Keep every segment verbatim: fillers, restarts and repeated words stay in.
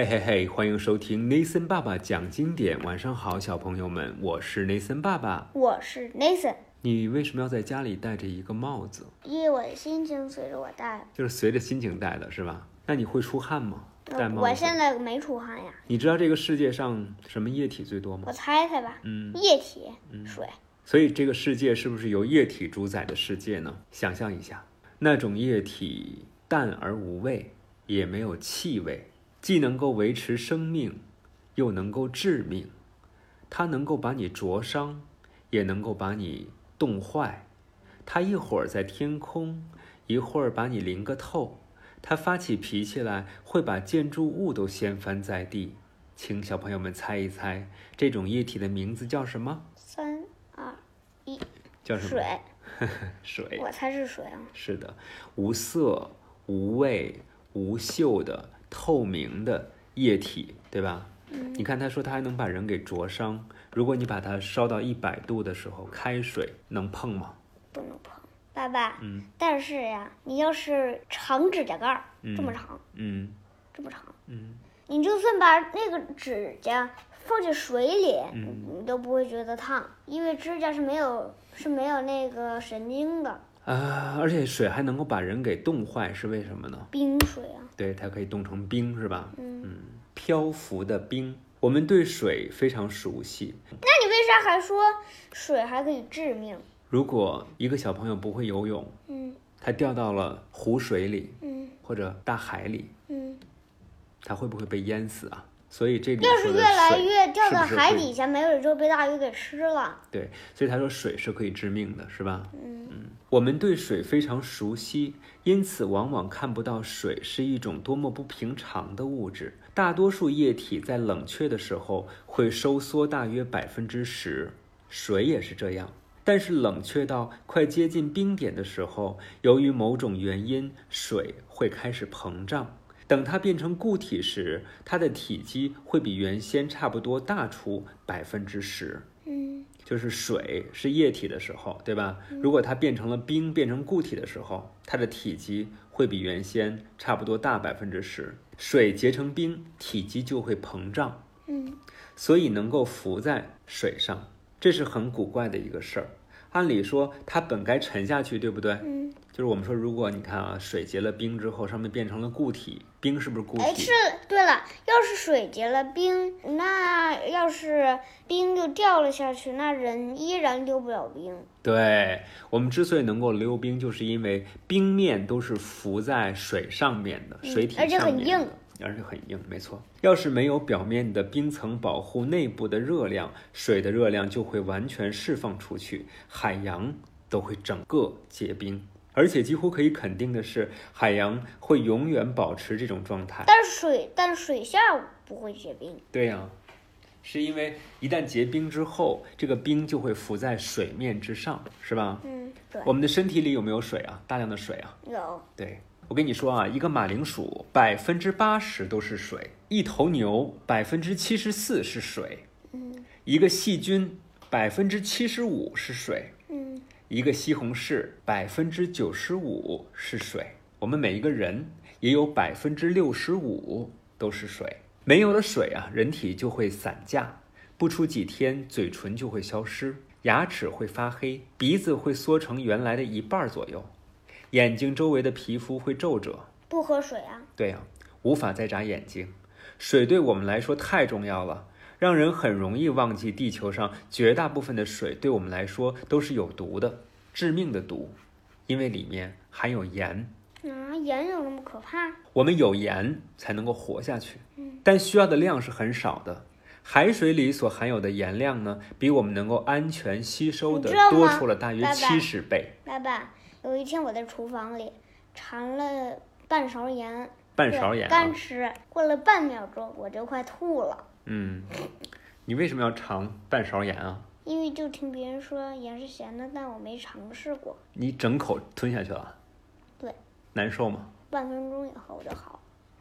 嘿嘿嘿，欢迎收听 Nathan 爸爸讲经典。晚上好，小朋友们，我是 Nathan 爸爸， 我是 Nathan。 你为什么要在家里戴着一个帽子？ 因为我的心情随着我戴， 就是随着心情戴的，是吧？那你会出汗吗？戴帽子。 我现在没出汗呀。 你知道这个世界上什么液体最多吗？ 我猜猜吧。 嗯， 液体， 嗯、 水。 所以这个世界是不是由液体主宰的世界呢？想象一下，那种液体淡而无味，也没有气味。既能够维持生命，又能够致命。它能够把你灼伤，也能够把你冻坏。它一会儿在天空，一会儿把你淋个透。它发起脾气来，会把建筑物都掀翻在地。请小朋友们猜一猜，这种液体的名字叫什么？ 三二一， 叫什么？ 水。 水。 我猜是水啊。 是的，无色、无味、无嗅的。透明的液体，对吧？嗯，你看他说他还能把人给灼伤。如果你把它烧到一百度的时候，开水能碰吗？ 不能碰。爸爸， 嗯， 但是呀，你要是长指甲盖、嗯、这么长， 嗯， 这么长， 嗯， 你就算把那个指甲放进水里， 嗯， 你都不会觉得烫，因为指甲是没有是没有那个神经的。 啊，而且水还能够把人给冻坏，是为什么呢？ 冰水啊。 对，它可以冻成冰，是吧？ 嗯嗯，漂浮的冰，我们对水非常熟悉。 那你为啥还说水还可以致命？ 如果一个小朋友不会游泳， 嗯， 他掉到了湖水里， 嗯， 或者大海里， 嗯， 他会不会被淹死啊？所以这里要是越来越掉到海底下， 是是没准就被大鱼给吃了。 对，所以他说水是可以致命的，是吧？ 嗯嗯，我们对水非常熟悉，因此往往看不到水是一种多么不平常的物质。大多数液体在冷却的时候会收缩大约百分之十，水也是这样。但是冷却到快接近冰点的时候，由于某种原因，水会开始膨胀。等它变成固体时，它的体积会比原先差不多大出百分之十。 嗯， 就是水是液体的时候，对吧？如果它变成了冰，变成固体的时候，它的体积会比原先差不多大百分之十。水结成冰，体积就会膨胀。 嗯， 所以能够浮在水上，这是很古怪的一个事儿。按理说它本该沉下去，对不对？ 嗯， 就是我们说，如果你看啊，水结了冰之后，上面变成了固体，冰是不是固体？ 哎，是对了，要是水结了冰，那要是冰就掉了下去，那人依然溜不了冰。 对，我们之所以能够溜冰，就是因为冰面都是浮在水上面的，水体上面的， 而且很硬。 而且很硬，没错。要是没有表面的冰层保护内部的热量，水的热量就会完全释放出去，海洋都会整个结冰。而且几乎可以肯定的是，海洋会永远保持这种状态。 但是水，但是水下不会结冰。 对呀、啊，是因为一旦结冰之后，这个冰就会浮在水面之上，是吧？ 嗯，对。 我们的身体里有没有水啊？大量的水啊。 有。 对。我跟你说啊，一个马铃薯百分之八十都是水，一头牛百分之七十四是水， 嗯， 一个细菌百分之七十五是水， 嗯， 一个西红柿百分之九十五是水，我们每一个人也有百分之六十五都是水。没有了水啊，人体就会散架，不出几天，嘴唇就会消失，牙齿会发黑，鼻子会缩成原来的一半左右。眼睛周围的皮肤会皱褶， 不喝水啊？ 对呀、啊，无法再眨眼睛。水对我们来说太重要了，让人很容易忘记地球上绝大部分的水对我们来说都是有毒的，致命的毒，因为里面含有盐。 啊，盐有那么可怕？ 我们有盐才能够活下去， 嗯， 但需要的量是很少的。海水里所含有的盐量呢，比我们能够安全吸收的多出了大约七十倍。 爸爸。有一天我在厨房里尝了半勺盐， 半勺盐、啊、 干吃，过了半秒钟我就快吐了。 嗯，你为什么要尝半勺盐啊？ 因为就听别人说盐是咸的，但我没尝试过。 你整口吞下去了？ 对。 难受吗？ 半分钟以后就好。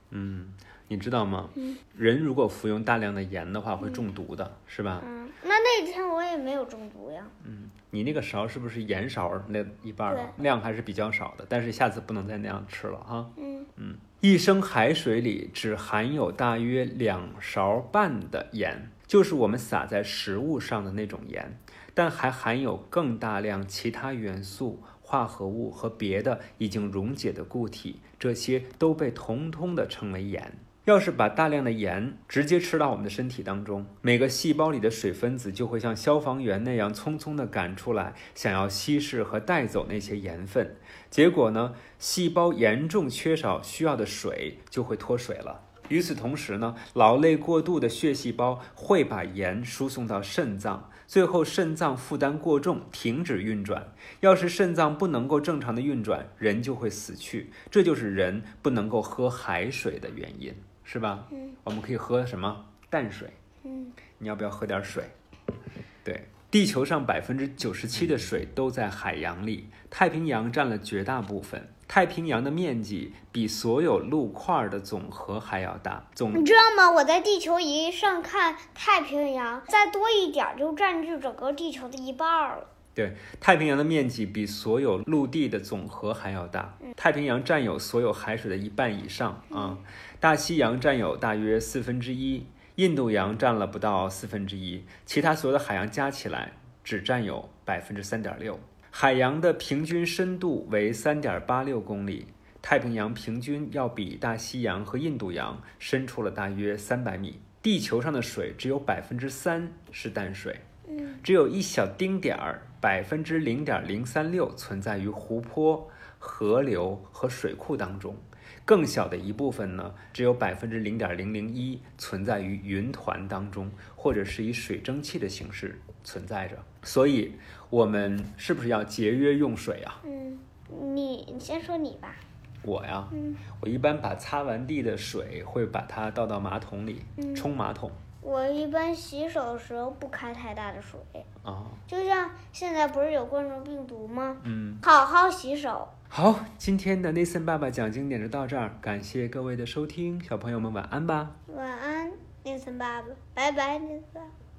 嗯，你知道吗？ 嗯， 人如果服用大量的盐的话，会中毒的，是吧？ 嗯，那那天我也没有中毒呀。 嗯，你那个勺是不是盐勺那一半对啊？量还是比较少的，但是下次不能再那样吃了哈。 嗯嗯，一升海水里只含有大约两勺半的盐，就是我们撒在食物上的那种盐，但还含有更大量其他元素、化合物和别的已经溶解的固体，这些都被统统的称为盐。要是把大量的盐直接吃到我们的身体当中，每个细胞里的水分子就会像消防员那样匆匆地赶出来，想要稀释和带走那些盐分。结果呢，细胞严重缺少需要的水，就会脱水了。与此同时呢，劳累过度的血细胞会把盐输送到肾脏，最后肾脏负担过重，停止运转。要是肾脏不能够正常的运转，人就会死去。这就是人不能够喝海水的原因，是吧？ 嗯， 我们可以喝什么？淡水。 嗯， 你要不要喝点水？对，地球上百分之九十七的水都在海洋里，太平洋占了绝大部分。太平洋的面积比所有陆块的总和还要大。总你知道吗？我在地球仪上看太平洋，再多一点就占据整个地球的一半了。 对，太平洋的面积比所有陆地的总和还要大。太平洋占有所有海水的一半以上啊，大西洋占有大约四分之一，印度洋占了不到四分之一，其他所有的海洋加起来只占有百分之三点六。海洋的平均深度为三点八六公里，太平洋平均要比大西洋和印度洋深出了大约三百米。地球上的水只有百分之三是淡水，只有一小丁点儿，百分之零点零三六存在于湖泊、河流和水库当中。更小的一部分呢，只有百分之零点零零一存在于云团当中，或者是以水蒸气的形式存在着。所以，我们是不是要节约用水啊？ 嗯，你你先说你吧。 我呀， 嗯， 我一般把擦完地的水会把它倒到马桶里， 嗯冲马桶。 我一般洗手的时候不开太大的水， 啊， 就像现在不是有冠状病毒吗？ 嗯， 好好洗手。 好，今天的内森爸爸讲经典就到这儿，感谢各位的收听，小朋友们晚安吧。 晚安，内森爸爸，拜拜，内森爸爸。